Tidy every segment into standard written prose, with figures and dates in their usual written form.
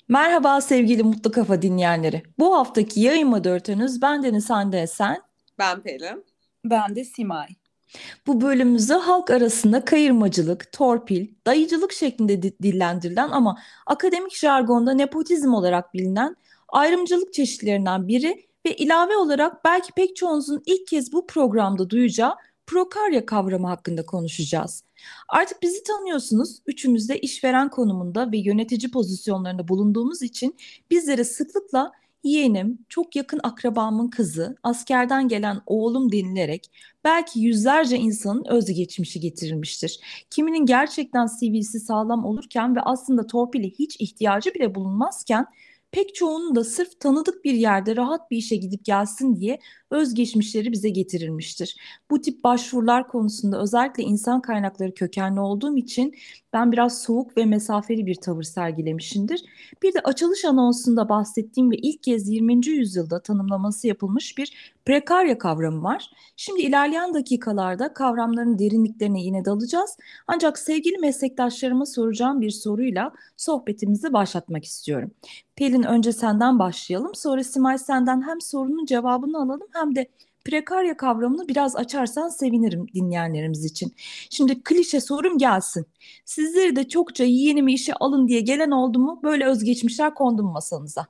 Merhaba sevgili Mutlu Kafa dinleyenleri. Bu haftaki yayın moderatörünüz bendeniz Hande Esen. Ben Pelin. Ben de Simay. Bu bölümümüzde halk arasında kayırmacılık, torpil, dayıcılık şeklinde dillendirilen ama akademik jargonda nepotizm olarak bilinen ayrımcılık çeşitlerinden biri ve ilave olarak belki pek çoğunuzun ilk kez bu programda duyacağı prokarya kavramı hakkında konuşacağız. Artık bizi tanıyorsunuz. Üçümüz de işveren konumunda ve yönetici pozisyonlarında bulunduğumuz için bizlere sıklıkla yeğenim, çok yakın akrabamın kızı, askerden gelen oğlum denilerek belki yüzlerce insanın özgeçmişi getirilmiştir. Kiminin gerçekten CV'si sağlam olurken ve aslında torpile hiç ihtiyacı bile bulunmazken pek çoğunun da sırf tanıdık bir yerde rahat bir işe gidip gelsin diye özgeçmişleri bize getirilmiştir. Bu tip başvurular konusunda özellikle insan kaynakları kökenli olduğum için ben biraz soğuk ve mesafeli bir tavır sergilemişimdir. Bir de açılış anonsunda bahsettiğim ve ilk kez 20. yüzyılda tanımlaması yapılmış bir prekarya kavramı var. Şimdi ilerleyen dakikalarda kavramların derinliklerine yine dalacağız. Ancak sevgili meslektaşlarıma soracağım bir soruyla sohbetimizi başlatmak istiyorum. Pelin, önce senden başlayalım. Sonra Simay, senden hem sorunun cevabını alalım hem de prekarya kavramını biraz açarsan sevinirim dinleyenlerimiz için. Şimdi klişe sorum gelsin. Sizleri de çokça yeğenimi işe alın diye gelen oldu mu? Böyle özgeçmişler kondu mu masanıza?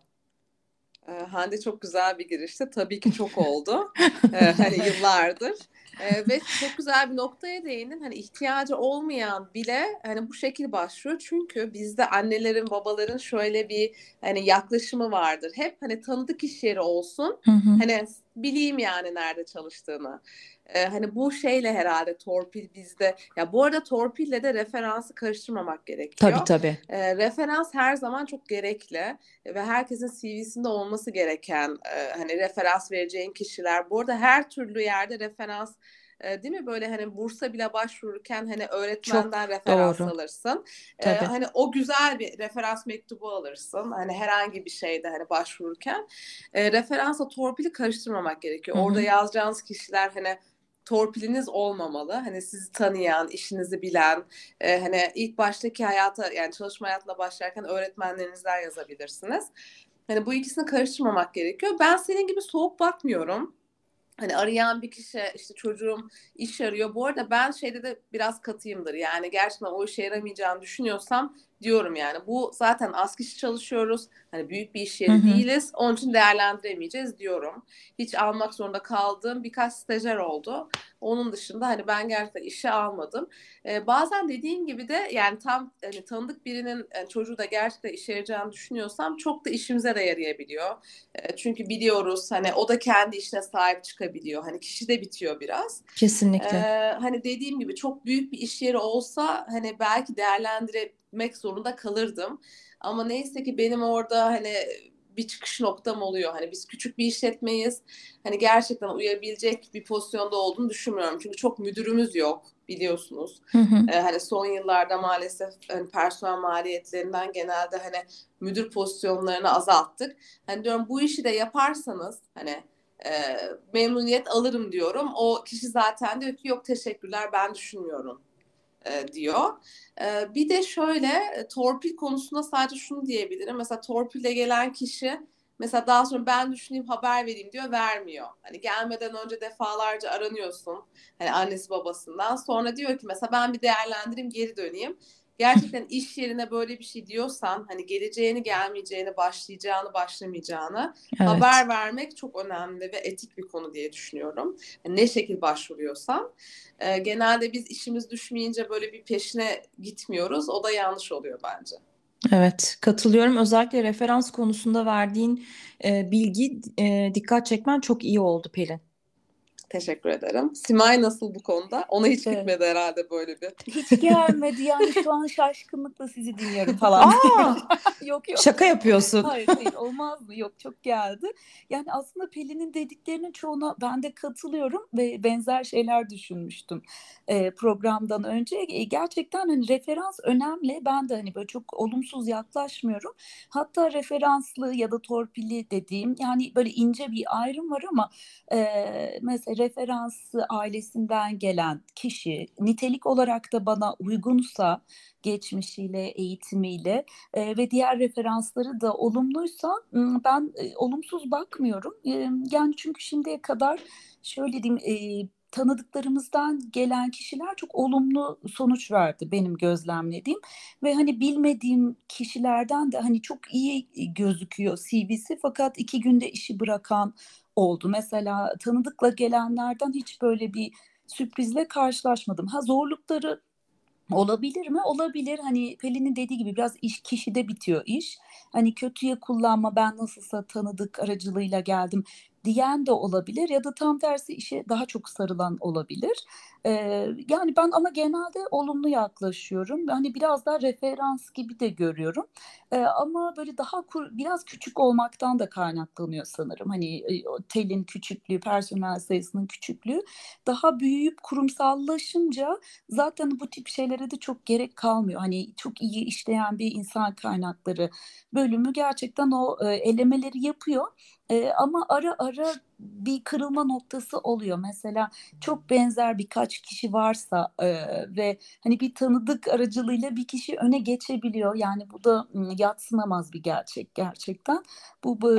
Hande çok güzel bir girişti. Tabii ki çok oldu. Hani yıllardır. Ve çok güzel bir noktaya değindin. Hani ihtiyacı olmayan bile hani bu şekil başlıyor. Çünkü bizde annelerin, babaların şöyle bir hani yaklaşımı vardır. Hep hani tanıdık iş yeri olsun. Hı hı. Hani bileyim yani nerede çalıştığını. Hani bu şeyle herhalde torpil bizde. Ya bu arada torpille de referansı karıştırmamak Tabii gerekiyor. tabii. Referans her zaman çok gerekli ve herkesin CV'sinde olması gereken hani referans vereceğin kişiler. Bu arada her türlü yerde referans değil mi? Böyle hani bursa bile başvururken hani öğretmenden Çok referans doğru. alırsın. Tabii. Hani o güzel bir referans mektubu alırsın. Hani herhangi bir şeyde hani başvururken referansla torpili karıştırmamak gerekiyor. Hı Orada hı. yazacağınız kişiler hani torpiliniz olmamalı. Hani sizi tanıyan, işinizi bilen, hani ilk baştaki hayata yani çalışma hayatına başlarken öğretmenlerinizden yazabilirsiniz. Hani bu ikisini karıştırmamak gerekiyor. Ben senin gibi soğuk bakmıyorum. Hani arayan bir kişi işte çocuğum iş arıyor. Bu arada ben şeyde de biraz katıyımdır. Yani gerçekten o işe yaramayacağını düşünüyorsam diyorum yani. Bu zaten az kişi çalışıyoruz. Hani büyük bir iş Hı yeri hı. değiliz. Onun için değerlendiremeyeceğiz diyorum. Hiç almak zorunda kaldığım birkaç stajyer oldu. Onun dışında hani ben gerçekten işe almadım. Bazen dediğin gibi de yani tam hani tanıdık birinin çocuğu da gerçekten işe yarayacağını düşünüyorsam çok da işimize de yarayabiliyor. Çünkü biliyoruz hani o da kendi işine sahip çıkabiliyor. Hani kişi de bitiyor biraz. Ee, Kesinlikle. Hani dediğim gibi çok büyük bir iş yeri olsa hani belki değerlendirmek zorunda kalırdım. Ama neyse ki benim orada hani bir çıkış noktam oluyor. Hani biz küçük bir işletmeyiz. Hani gerçekten uyabilecek bir pozisyonda olduğunu düşünmüyorum. Çünkü çok müdürümüz yok biliyorsunuz. Hı hı. Hani son yıllarda maalesef hani personel maliyetlerinden genelde hani müdür pozisyonlarını azalttık. Hani diyorum bu işi de yaparsanız hani e, memnuniyet alırım diyorum. O kişi zaten diyor ki yok teşekkürler ben düşünmüyorum diyor. Bir de şöyle torpil konusunda sadece şunu diyebilirim. Mesela torpille gelen kişi mesela daha sonra ben düşüneyim haber vereyim diyor vermiyor. Hani gelmeden önce defalarca aranıyorsun. Hani annesi babasından. Sonra diyor ki mesela ben bir değerlendireyim geri döneyim. Gerçekten iş yerine böyle bir şey diyorsan hani geleceğini gelmeyeceğini başlayacağını başlamayacağını Evet. haber vermek çok önemli ve etik bir konu diye düşünüyorum. Yani ne şekil başvuruyorsan. Genelde biz işimiz düşmeyince böyle bir peşine gitmiyoruz. O da yanlış oluyor bence. Evet, katılıyorum. Özellikle referans konusunda verdiğin bilgi, dikkat çekmen çok iyi oldu Pelin. Teşekkür ederim. Simay nasıl bu konuda? Ona hiç Evet. gitmedi herhalde böyle bir. Hiç gelmedi yani şu an şaşkınlıkla sizi dinliyorum falan Aa, demiş. Yok yok. şaka yapıyorsun. Hayır hayır olmaz mı? Yok çok geldi. Yani aslında Pelin'in dediklerinin çoğuna ben de katılıyorum ve benzer şeyler düşünmüştüm programdan önce. Gerçekten hani referans önemli. Ben de hani böyle çok olumsuz yaklaşmıyorum. Hatta referanslı ya da torpilli dediğim yani böyle ince bir ayrım var ama mesela referansı ailesinden gelen kişi nitelik olarak da bana uygunsa, geçmişiyle, eğitimiyle ve diğer referansları da olumluysa ben olumsuz bakmıyorum. Yani çünkü şimdiye kadar şöyle diyeyim, tanıdıklarımızdan gelen kişiler çok olumlu sonuç verdi benim gözlemlediğim ve hani bilmediğim kişilerden de hani çok iyi gözüküyor CV'si fakat 2 günde işi bırakan oldu. Mesela tanıdıkla gelenlerden hiç böyle bir sürprizle karşılaşmadım. Ha, zorlukları olabilir mi? Olabilir. Hani Pelin'in dediği gibi biraz iş kişide bitiyor iş. Hani kötüye kullanma, ben nasılsa tanıdık aracılığıyla geldim diyen de olabilir ya da tam tersi işe daha çok sarılan olabilir. Yani ben ama genelde olumlu yaklaşıyorum. Hani biraz daha referans gibi de görüyorum. Ama böyle daha biraz küçük olmaktan da kaynaklanıyor sanırım. Hani o telin küçüklüğü, personel sayısının küçüklüğü daha büyüyüp kurumsallaşınca zaten bu tip şeylere de çok gerek kalmıyor. Hani çok iyi işleyen bir insan kaynakları bölümü gerçekten o elemeleri yapıyor. Ama ara ara bir kırılma noktası oluyor. Mesela çok benzer birkaç kişi varsa ve hani bir tanıdık aracılığıyla bir kişi öne geçebiliyor. Yani bu da yadsınamaz bir gerçek gerçekten. Bu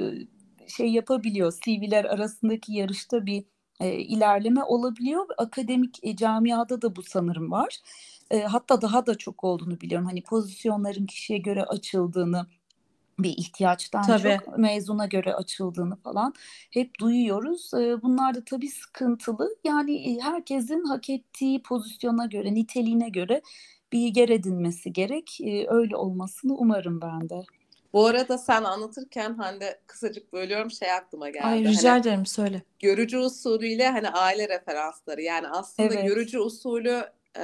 şey yapabiliyor. CV'ler arasındaki yarışta bir ilerleme olabiliyor. Akademik camiada da bu sanırım var. Hatta daha da çok olduğunu biliyorum. Hani pozisyonların kişiye göre açıldığını, bir ihtiyaçtan Tabii. çok mezuna göre açıldığını falan hep duyuyoruz. Bunlar da tabii sıkıntılı. Yani herkesin hak ettiği pozisyona göre, niteliğine göre bir yer edinmesi gerek. Öyle olmasını umarım ben de. Bu arada sen anlatırken Hande, kısacık bölüyorum, şey aklıma Ay geldi. rica Hani ederim, söyle. görücü usulüyle hani aile referansları, yani aslında Evet. görücü usulü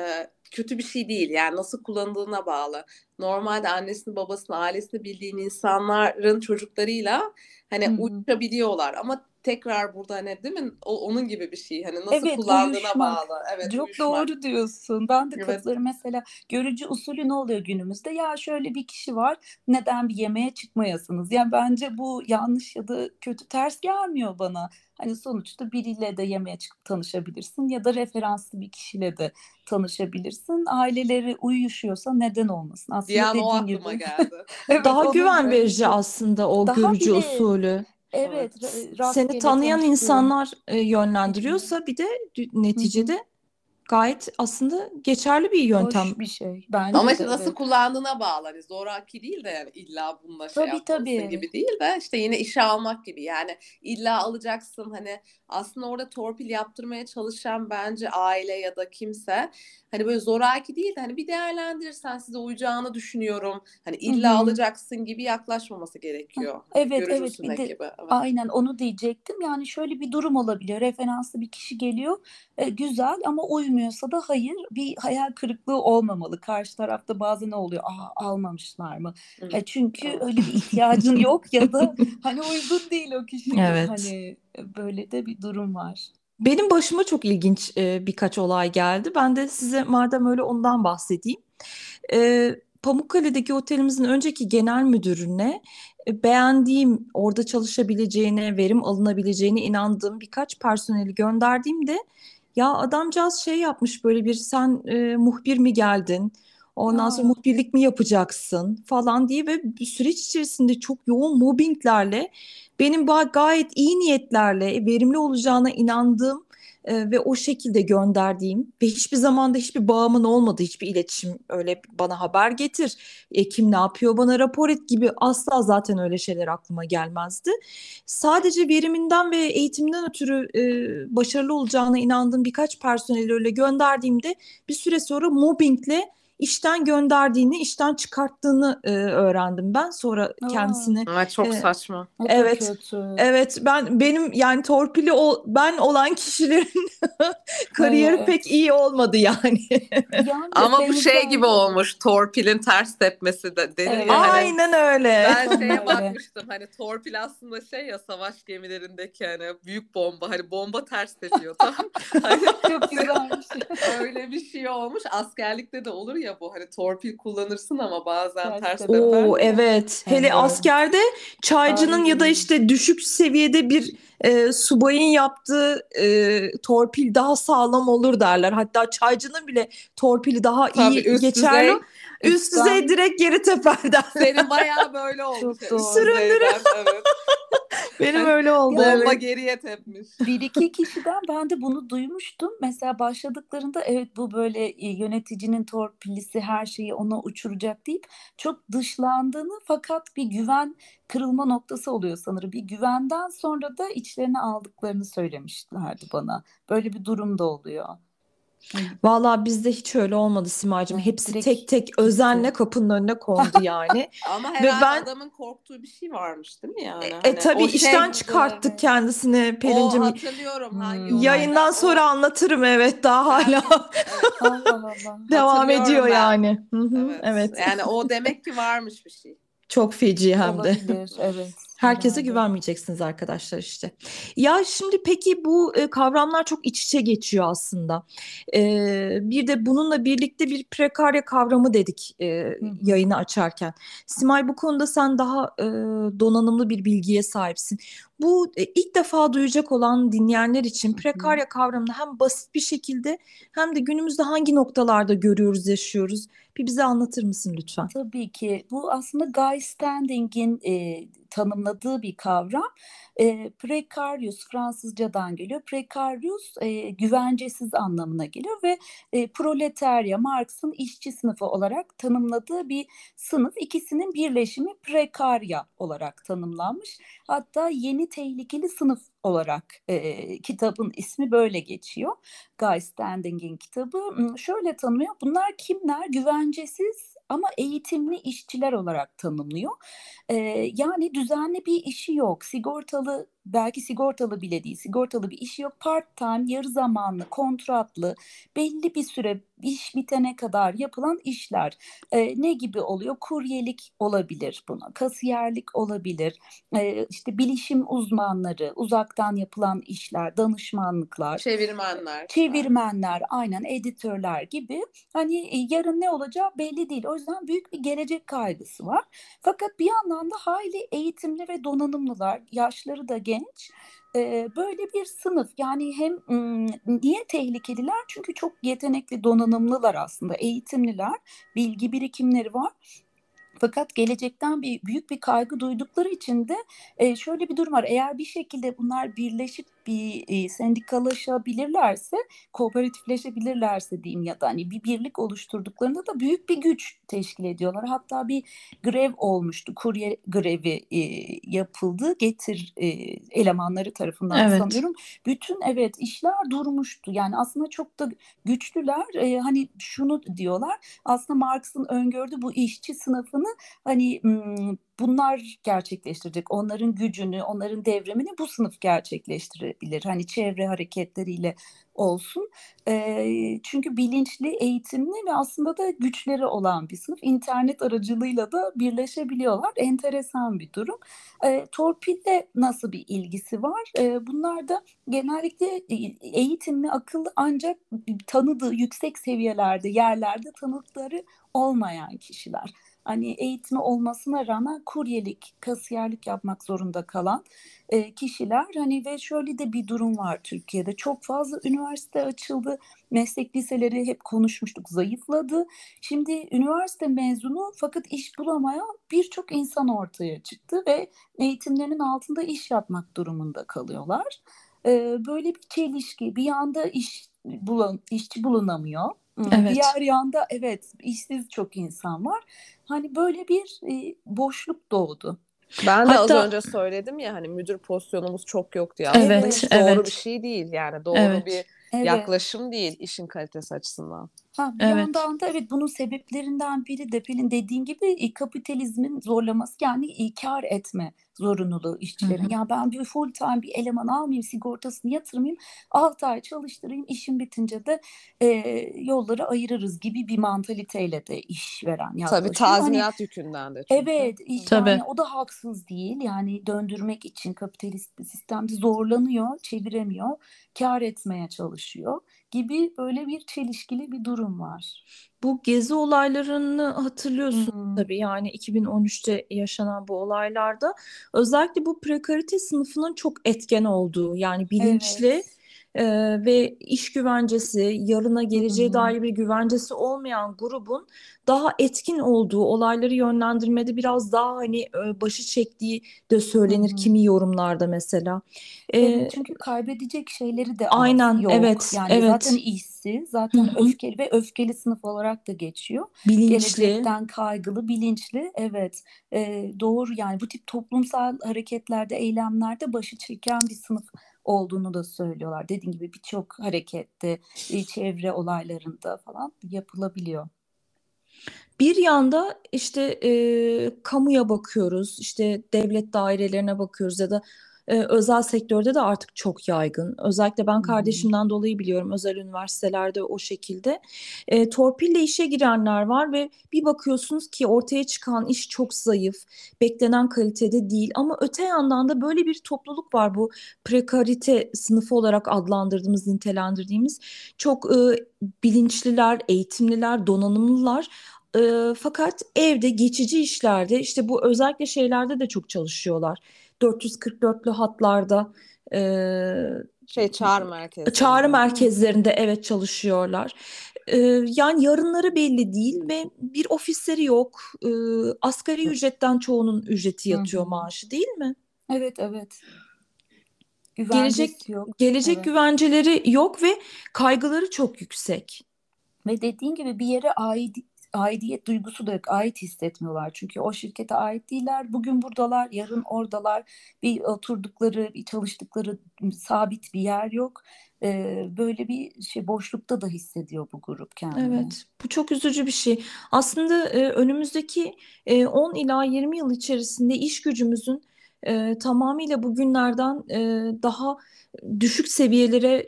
kötü bir şey değil, yani nasıl kullanıldığına bağlı. Normalde annesini babasını ailesini bildiğin insanların çocuklarıyla Hı hani hı. uyuşabiliyorlar ama tekrar burada hani, değil mi, onun gibi bir şey, hani nasıl Evet, kullandığına uyuşmak. bağlı, evet, Çok uyuşmak, doğru diyorsun. Ben de evet. katılıyorum. Mesela görücü usulü ne oluyor günümüzde? Ya şöyle bir kişi var. Neden bir yemeğe çıkmayasınız? Yani bence bu yanlış ya da kötü, ters gelmiyor bana. Hani sonuçta biriyle de yemeğe çıkıp tanışabilirsin ya da referanslı bir kişiyle de tanışabilirsin. Aileleri uyuşuyorsa neden olmasın? Bir Aslında an o dediğin aklıma gibi. geldi. Evet, Daha ona güven verici gittim. aslında o Daha görücü bile usulü. evet, Evet. Seni rastgele tanıyan tanıştığın. insanlar Hı hı, yönlendiriyorsa bir de hı hı. neticede gayet aslında geçerli bir yöntem. Hoş bir şey. Bence Ama de işte nasıl evet. kullandığına bağlı. Hani zoraki değil de, yani illa bununla şey Tabii yapmalısın tabii. gibi değil de, işte yine işe almak gibi. Yani illa alacaksın, hani aslında orada torpil yaptırmaya çalışan bence aile ya da kimse, hani böyle zoraki değil de hani bir değerlendirirsen size uyacağını düşünüyorum, hani Hı illa hı. alacaksın gibi yaklaşmaması gerekiyor. Hani Evet görücü evet, bir usulüne de gibi. Evet. aynen onu diyecektim. Yani şöyle bir durum olabiliyor. Referanslı bir kişi geliyor. Güzel ama uymuyorsa da hayır, bir hayal kırıklığı olmamalı. Karşı tarafta bazen ne oluyor? Aa, almamışlar mı? Hı. Çünkü Evet. öyle bir ihtiyacın yok ya da hani uygun değil o kişi. Evet. Hani böyle de bir durum var. Benim başıma çok ilginç birkaç olay geldi. Ben de size madem öyle ondan bahsedeyim. Pamukkale'deki otelimizin önceki genel müdürüne beğendiğim, orada çalışabileceğine, verim alınabileceğine inandığım birkaç personeli gönderdiğimde ya adamcağız şey yapmış, böyle bir sen muhbir mi geldin? Ondan sonra Aa, muhbirlik mi yapacaksın falan diye ve bir süreç içerisinde çok yoğun mobbinglerle benim gayet iyi niyetlerle verimli olacağına inandığım ve o şekilde gönderdiğim ve hiçbir zamanda hiçbir bağımın olmadı, hiçbir iletişim, öyle bana haber getir, kim ne yapıyor bana rapor et gibi asla, zaten öyle şeyler aklıma gelmezdi. Sadece veriminden ve eğitiminden ötürü başarılı olacağına inandığım birkaç personeli öyle gönderdiğimde bir süre sonra mobbingle işten gönderdiğini, işten çıkarttığını öğrendim ben. Sonra aa, kendisini Ay, çok e, saçma. o da evet, kötü. evet, benim yani torpili ben olan kişilerin kariyeri pek Evet. iyi olmadı yani. Yani Ama bu şey benzer. gibi olmuş. Torpilin ters tepmesi de denir ya Evet hani. Aynen evet. öyle. Ben Tam şeye öyle. bakmıştım, hani torpil aslında şey ya, savaş gemilerindeki hani büyük bomba, hani bomba ters tepiyor tam. Hani Çok güzelmiş. öyle bir şey olmuş. Askerlikte de olur ya ya bu, hani torpil kullanırsın ama bazen Ters ters teper. teper. Oo evet. Hele Evet. askerde çaycının ya da Ay. işte düşük seviyede bir subayın yaptığı torpil daha sağlam olur derler. Hatta çaycının bile torpili daha Tabii iyi üst geçerli. düzey. Üst düzey direkt geri teper derler. Senin bayağı böyle olmuş. Çok Üst doğru. düzeyden, evet. Benim Hani öyle oldu. Ya, bomba Evet. geriye tepmiş. bir iki kişiden ben de bunu duymuştum. Mesela başladıklarında evet bu böyle yöneticinin torpilisi her şeyi ona uçuracak deyip çok dışlandığını, fakat bir güven kırılma noktası oluyor sanırım. Bir güvenden sonra da içlerine aldıklarını söylemişlerdi bana. Böyle bir durum da oluyor. Hani, Vallahi bizde hiç öyle olmadı Simacığım. evet, Hepsi direkt tek tek gitti. özenle kapının önüne kondu yani. Ama Ve herhalde ben adamın korktuğu bir şey varmış değil mi yani? Hani tabii o işten şey, çıkarttık Evet. kendisini o Pelin'cim. hatırlıyorum hangi Yayından olaydan. sonra O anlatırım, evet, daha ben hala evet Allah Allah. devam ediyor hatırlıyorum ben. yani. Hı hı, Evet. evet. Yani o demek ki varmış bir şey. Çok feci hem de. Olabilir. Evet. Herkese Herhalde. güvenmeyeceksiniz arkadaşlar işte. Ya şimdi peki bu kavramlar çok iç içe geçiyor aslında. Bir de bununla birlikte bir prekarya kavramı dedik Hı hı. yayını açarken. Simay, bu konuda sen daha donanımlı bir bilgiye sahipsin. Bu ilk defa duyacak olan dinleyenler için Hı hı. prekarya kavramını hem basit bir şekilde hem de günümüzde hangi noktalarda görüyoruz, yaşıyoruz? Bir bize anlatır mısın lütfen? Tabii ki. Bu aslında Guy Standing'in tanımladığı bir kavram. Precarious Fransızcadan geliyor. Precarious güvencesiz anlamına geliyor ve proletarya, Marx'ın işçi sınıfı olarak tanımladığı bir sınıf. İkisinin birleşimi prekarya olarak tanımlanmış. Hatta yeni tehlikeli sınıf olarak kitabın ismi böyle geçiyor. Guy Standing'in kitabı. Şöyle tanımlıyor. Bunlar kimler? Güvencesiz ama eğitimli işçiler olarak tanımlıyor. Yani düzenli bir işi yok. Sigortalı, belki sigortalı bile değil. Sigortalı bir işi yok. Part-time, yarı zamanlı, kontratlı, belli bir süre iş bitene kadar yapılan işler. Ne gibi oluyor? Kuryelik olabilir buna. Kasiyerlik olabilir. İşte bilişim uzmanları, uzaktan yapılan işler, danışmanlıklar. Çevirmenler. Çevirmenler, aynen, editörler gibi. Hani yarın ne olacağı belli değil. O yüzden büyük bir gelecek kaygısı var. Fakat bir yandan da hayli eğitimli ve donanımlılar, yaşları da genç. Böyle bir sınıf. Yani hem niye tehlikeliler? Çünkü çok yetenekli, donanımlılar aslında, eğitimliler, bilgi birikimleri var. Fakat gelecekten büyük bir kaygı duydukları için de şöyle bir durum var. Eğer bir şekilde bunlar birleşip bir sendikalaşabilirlerse, kooperatifleşebilirlerse diyeyim, ya da hani bir birlik oluşturduklarında da büyük bir güç teşkil ediyorlar. Hatta bir grev olmuştu. Kurye grevi yapıldı. Getir elemanları tarafından Evet. sanıyorum. Bütün, evet, işler durmuştu. Yani aslında çok da güçlüler. Hani şunu diyorlar. Aslında Marx'ın öngördüğü bu işçi sınıfını hani bunlar gerçekleştirecek. Onların gücünü, onların devrimini bu sınıf gerçekleştirebilir. Hani çevre hareketleriyle olsun. Çünkü bilinçli, eğitimli ve aslında da güçleri olan bir sınıf. İnternet aracılığıyla da birleşebiliyorlar. Enteresan bir durum. Torpille nasıl bir ilgisi var? Bunlar da genellikle eğitimli, akıllı, ancak tanıdığı yüksek seviyelerde, yerlerde tanıkları olmayan kişiler. Hani eğitimi olmasına rağmen kuryelik, kasiyerlik yapmak zorunda kalan kişiler. Hani ve şöyle de bir durum var Türkiye'de. Çok fazla üniversite açıldı. Meslek liseleri, hep konuşmuştuk, zayıfladı. Şimdi üniversite mezunu fakat iş bulamayan birçok insan ortaya çıktı ve eğitimlerinin altında iş yapmak durumunda kalıyorlar. Böyle bir çelişki. Bir yanda işçi bulunamıyor. Evet. Diğer yanda, evet, işsiz çok insan var. Hani böyle bir boşluk doğdu. Ben de az Hatta önce söyledim ya, hani müdür pozisyonumuz çok yok diye. Aslında evet, hiç doğru evet, bir şey değil. Yani doğru evet, bir Evet. yaklaşım değil işin kalitesi açısından. Bir evet. yandan da evet, bunun sebeplerinden biri de Pelin dediğin gibi kapitalizmin zorlaması, yani kar etme zorunluluğu Hı işçilerin. hı. Ya ben bir full time bir eleman almayayım, sigortasını yatırmayayım, 6 ay çalıştırayım, işim bitince de yolları ayırırız gibi bir mantaliteyle de işveren Tabii yaklaşıyor. Hani tazminat yükünden de çünkü. evet, Tabii. yani o da haksız değil. Yani döndürmek için kapitalist bir sistemde zorlanıyor, çeviremiyor, kar etmeye çalışıyor. çalışıyor gibi böyle bir çelişkili bir durum var. Bu gezi olaylarını Hı hatırlıyorsun hı. tabii, yani 2013'te yaşanan bu olaylarda özellikle bu prekarite sınıfının çok etken olduğu, yani bilinçli Evet. e, ve iş güvencesi, yarına Hı geleceğe hı. dair bir güvencesi olmayan grubun daha etkin olduğu, olayları yönlendirmede biraz daha hani başı çektiği de Hı söylenir hı. kimi yorumlarda mesela. Evet, E, çünkü kaybedecek şeyleri de az, aynen, yok. evet, Yani zaten evet. işsiz, Hı zaten hı. öfkeli ve öfkeli sınıf olarak da geçiyor. Bilinçli. Gelecekten kaygılı, bilinçli, evet. Doğru, yani bu tip toplumsal hareketlerde, eylemlerde başı çeken bir sınıf olduğunu da söylüyorlar. Dediğim gibi birçok harekette, çevre olaylarında falan yapılabiliyor. Bir yanda işte kamuya bakıyoruz, işte devlet dairelerine bakıyoruz ya da özel sektörde de artık çok yaygın. Özellikle ben Hı hı. kardeşimden dolayı biliyorum, özel üniversitelerde o şekilde. Torpille işe girenler var ve bir bakıyorsunuz ki ortaya çıkan iş çok zayıf, beklenen kalitede değil. Ama öte yandan da böyle bir topluluk var, bu prekarite sınıfı olarak adlandırdığımız, nitelendirdiğimiz çok bilinçliler, eğitimliler, donanımlılar. Fakat evde geçici işlerde, işte bu özellikle şeylerde de çok çalışıyorlar. 444'lü hatlarda, Çağrı çağrı merkezlerinde. merkezlerinde evet çalışıyorlar. Ee, Yani yarınları belli değil ve bir ofisleri yok. Asgari ücretten çoğunun ücreti Hı yatıyor, hı. maaşı değil mi? Evet, evet. Gelecek Güvencesi yok. gelecek Evet. güvenceleri yok ve kaygıları çok yüksek. Ve dediğin gibi bir yere aidiyet duygusu da yok. Ait hissetmiyorlar. Çünkü o şirkete ait değiller. Bugün buradalar, yarın oradalar. Bir oturdukları, bir çalıştıkları sabit bir yer yok. Böyle bir şey, boşlukta da hissediyor bu grup kendini. Evet, bu çok üzücü bir şey. Aslında önümüzdeki 10 ila 20 yıl içerisinde iş gücümüzün tamamıyla bugünlerden daha düşük seviyelere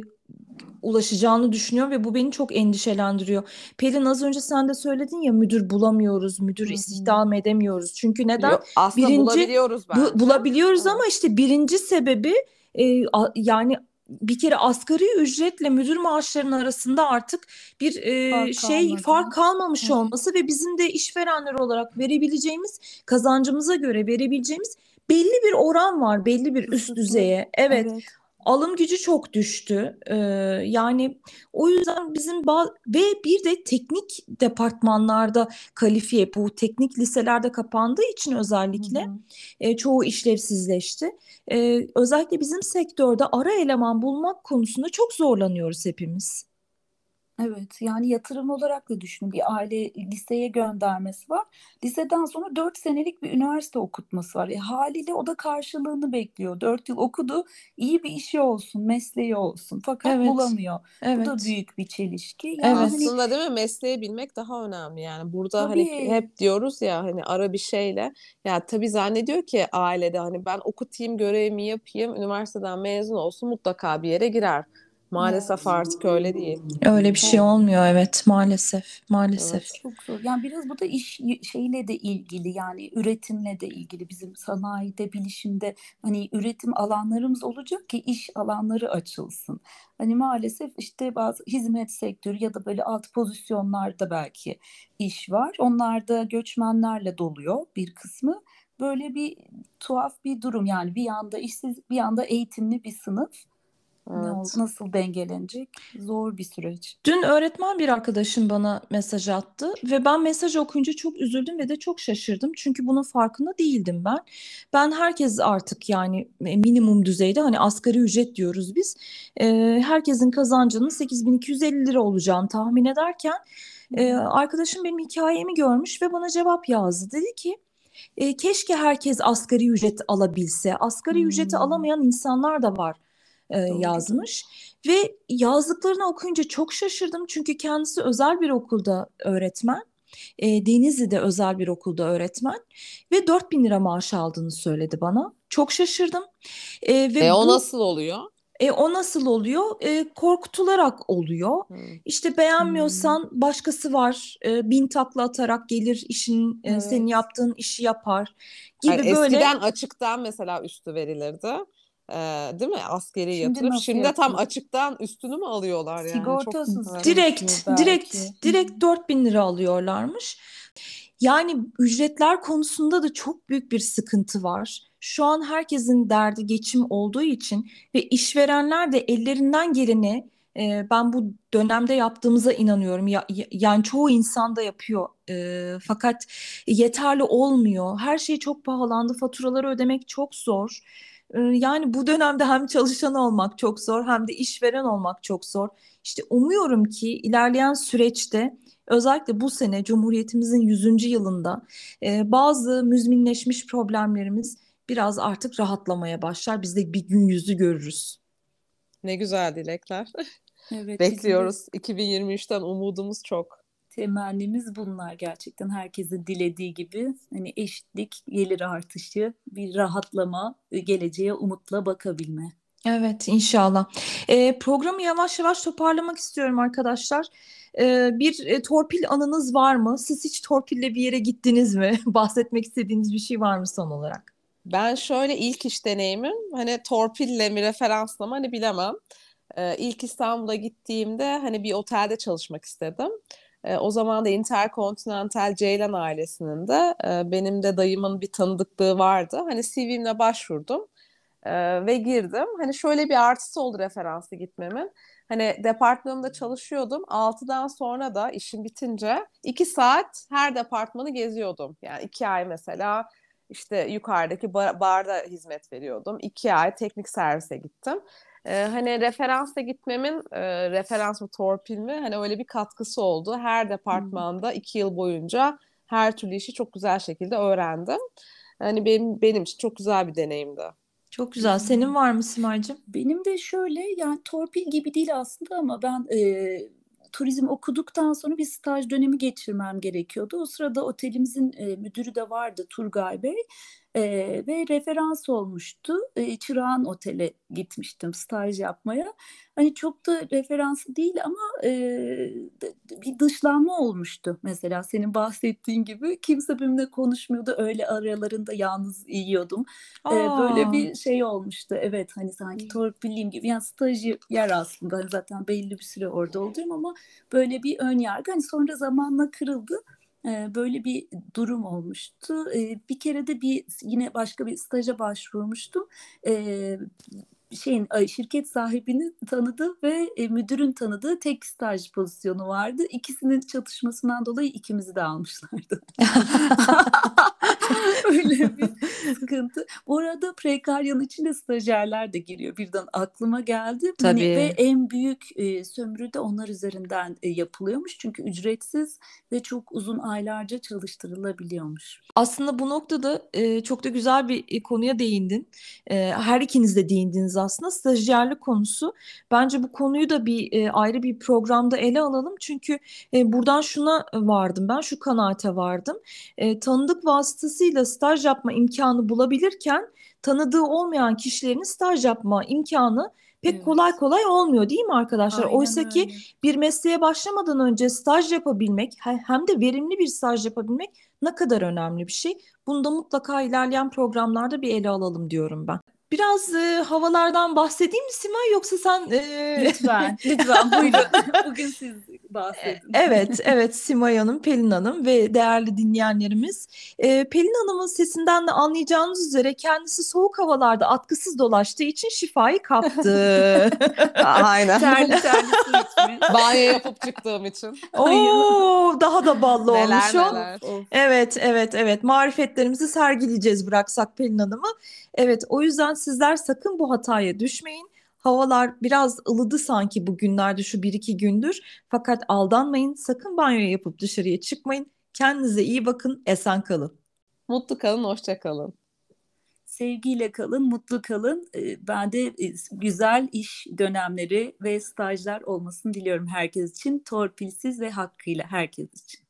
ulaşacağını düşünüyor ve bu beni çok endişelendiriyor. Pelin, az önce sen de söyledin ya, müdür bulamıyoruz, müdür Hı hı. istihdam edemiyoruz. Çünkü neden? Yok, aslında Birinci, bulabiliyoruz bence. bulabiliyoruz ama Evet. işte birinci sebebi yani bir kere asgari ücretle müdür maaşlarının arasında artık bir Fark fark kalmadı. kalmamış Evet. olması ve bizim de işverenler olarak verebileceğimiz, kazancımıza göre verebileceğimiz belli bir oran var, belli bir üst Kısıtlı. düzeye. Evet, Evet. alım gücü çok düştü. Yani o yüzden ve bir de teknik departmanlarda kalifiye, bu teknik liselerde kapandığı için Hı özellikle hı. çoğu işlevsizleşti. Özellikle bizim sektörde ara eleman bulmak konusunda çok zorlanıyoruz hepimiz. Evet, yani yatırım olarak da düşünün, bir aile liseye göndermesi var. Liseden sonra 4 senelik bir üniversite okutması var. Haliyle o da karşılığını bekliyor. 4 yıl okudu, iyi bir işi olsun, mesleği olsun, fakat Evet, bulamıyor. Bu da evet, büyük bir çelişki. Yani hani evet. Aslında değil mi, mesleği bilmek daha önemli yani. Burada hani tabii. hep diyoruz ya, hani ara bir şeyle, ya tabii zannediyor ki ailede hani ben okutayım, görevimi yapayım, üniversiteden mezun olsun, mutlaka bir yere girer. Maalesef Evet. artık öyle değil. Öyle bir şey olmuyor, evet, maalesef, maalesef. Evet. Çok zor. Yani biraz bu da iş şeyle de ilgili, yani üretimle de ilgili, bizim sanayide, bilişimde hani üretim alanlarımız olacak ki iş alanları açılsın. Hani maalesef işte bazı hizmet sektörü ya da böyle alt pozisyonlarda belki iş var. Onlar da göçmenlerle doluyor bir kısmı. Böyle bir tuhaf bir durum, yani bir yanda işsiz, bir yanda eğitimli bir sınıf. Evet. Nasıl dengelenecek? Zor bir süreç. Dün öğretmen bir arkadaşım bana mesaj attı ve ben mesaj okuyunca çok üzüldüm ve de çok şaşırdım. Çünkü bunun farkında değildim ben. Ben herkes artık, yani minimum düzeyde, hani asgari ücret diyoruz biz. e, Herkesin kazancının 8.250 lira olacağını tahmin ederken Hı hı. arkadaşım benim hikayemi görmüş ve bana cevap yazdı. Dedi ki keşke herkes asgari ücret alabilse. Asgari ücreti Hmm, alamayan insanlar da var doğru. yazmış. Ve yazdıklarını okuyunca çok şaşırdım. Çünkü kendisi özel bir okulda öğretmen. Denizli'de özel bir okulda öğretmen. Ve 4.000 lira maaş aldığını söyledi bana. Çok şaşırdım. Ve O bu nasıl oluyor? o nasıl oluyor? Korkutularak oluyor. Hı. İşte Hmm, beğenmiyorsan başkası var. Bin takla atarak gelir, senin evet. yaptığın işi yapar Hayır, gibi böyle. eskiden açıktan mesela üstü verilirdi. Değil mi? Askeri Şimdi yatırım. nasıl Şimdi de tam yapıyor? açıktan üstünü mü alıyorlar yani? Çok Sigortasız evet. çalışıyor Direkt belki. direkt 4.000 lira alıyorlarmış. Yani ücretler konusunda da çok büyük bir sıkıntı var. Şu an herkesin derdi geçim olduğu için ve işverenler de ellerinden geleni ben bu dönemde yaptığımıza inanıyorum. Yani çoğu insan da yapıyor. Fakat yeterli olmuyor. Her şey çok pahalandı. Faturaları ödemek çok zor. Yani bu dönemde hem çalışan olmak çok zor hem de işveren olmak çok zor. İşte umuyorum ki ilerleyen süreçte özellikle bu sene Cumhuriyetimizin 100. yılında bazı müzminleşmiş problemlerimiz biraz artık rahatlamaya başlar. Biz de bir gün yüzü görürüz. Ne güzel dilekler. Evet, bizim de Bekliyoruz. 2023'ten umudumuz çok. temennimiz bunlar gerçekten. Herkesin dilediği gibi hani eşitlik, gelir artışı, bir rahatlama, geleceğe umutla bakabilme. Evet, inşallah. Programı yavaş yavaş toparlamak istiyorum arkadaşlar. Bir torpil anınız var mı? Siz hiç torpille bir yere gittiniz mi? Bahsetmek istediğiniz bir şey var mı son olarak? Ben şöyle ilk iş deneyimim hani torpille mi referansla mı hani bilemem. İlk İstanbul'a gittiğimde hani bir otelde çalışmak istedim. O zaman da Intercontinental Ceylan ailesinin de benim de dayımın bir tanıdıklığı vardı. Hani CV'mle başvurdum ve girdim. Hani şöyle bir artısı oldu referanslı gitmemin. Hani departmanımda çalışıyordum. 6'dan sonra da işim bitince 2 saat her departmanı geziyordum. Yani 2 ay mesela işte yukarıdaki barda hizmet veriyordum. 2 ay teknik servise gittim. Hani referansla gitmemin referans mı torpil mi hani öyle bir katkısı oldu. Her Hmm. departmanda 2 yıl boyunca her türlü işi çok güzel şekilde öğrendim. Hani benim için çok güzel bir deneyimdi. Çok güzel. Güzel. Senin var mı Simay'cığım? Benim de şöyle, yani torpil gibi değil aslında ama ben turizm okuduktan sonra bir staj dönemi geçirmem gerekiyordu. O sırada otelimizin müdürü de vardı, Turgay Bey. E, Ve referans olmuştu. Çırağan Otel'e gitmiştim staj yapmaya. Hani çok da referansı değil ama bir dışlanma olmuştu mesela senin bahsettiğin gibi. Kimse benimle konuşmuyordu. Öğle aralarında yalnız yiyordum. Böyle Aa, bir şey olmuştu. Evet, hani sanki torpilliyim gibi. Yani stajyer aslında. Hani zaten belli bir süre orada olacağım ama böyle bir ön yargı. Hani sonra zamanla kırıldı. Böyle bir durum olmuştu. Bir kere de yine başka bir staja başvurmuştum. Ee, Şirket sahibini tanıdı ve müdürün tanıdığı tek staj pozisyonu vardı. İkisinin çatışmasından dolayı ikimizi de almışlardı. Öyle bir sıkıntı. Bu arada prekaryanın içinde stajyerler de giriyor. Birden aklıma geldi. Hani ve tabii. en büyük sömürü de onlar üzerinden yapılıyormuş. Çünkü ücretsiz ve çok uzun aylarca çalıştırılabiliyormuş. Aslında bu noktada çok da güzel bir konuya değindin. Her ikiniz de değindiniz aslında. Stajyerlik konusu. Bence bu konuyu da ayrı bir programda ele alalım. Çünkü buradan şuna vardım ben, şu kanaate vardım. Tanıdık vasıtasıyla staj yapma imkanı bulabilirken tanıdığı olmayan kişilerin staj yapma imkanı pek kolay Evet, kolay olmuyor değil mi arkadaşlar? aynen Oysa ki öyle. bir mesleğe başlamadan önce staj yapabilmek hem de verimli bir staj yapabilmek ne kadar önemli bir şey. Bunu da mutlaka ilerleyen programlarda bir ele alalım diyorum ben. Biraz havalardan bahsedeyim mi Simay yoksa sen Lütfen, lütfen buyurun. Bugün siz bahsedin. Evet, evet Simay Hanım, Pelin Hanım ve değerli dinleyenlerimiz. Pelin Hanım'ın sesinden de anlayacağınız üzere kendisi soğuk havalarda atkısız dolaştığı için şifayı kaptı. Aynen. Terli terli su içmiş. Banyo yapıp çıktığım için. Aynen. Oo, daha da ballı olmuş Neler o. neler. Of of. Evet, evet, evet. Marifetlerimizi sergileyeceğiz bıraksak Pelin Hanım'ı. Evet, o yüzden sizler sakın bu hataya düşmeyin. Havalar biraz ılıdı sanki bugünlerde şu bir iki gündür. Fakat aldanmayın, sakın banyo yapıp dışarıya çıkmayın. Kendinize iyi bakın, esen kalın. Mutlu kalın, hoşça kalın. Sevgiyle kalın, mutlu kalın. Ben de güzel iş dönemleri ve stajlar olmasını diliyorum herkes için. Torpilsiz ve hakkıyla herkes için.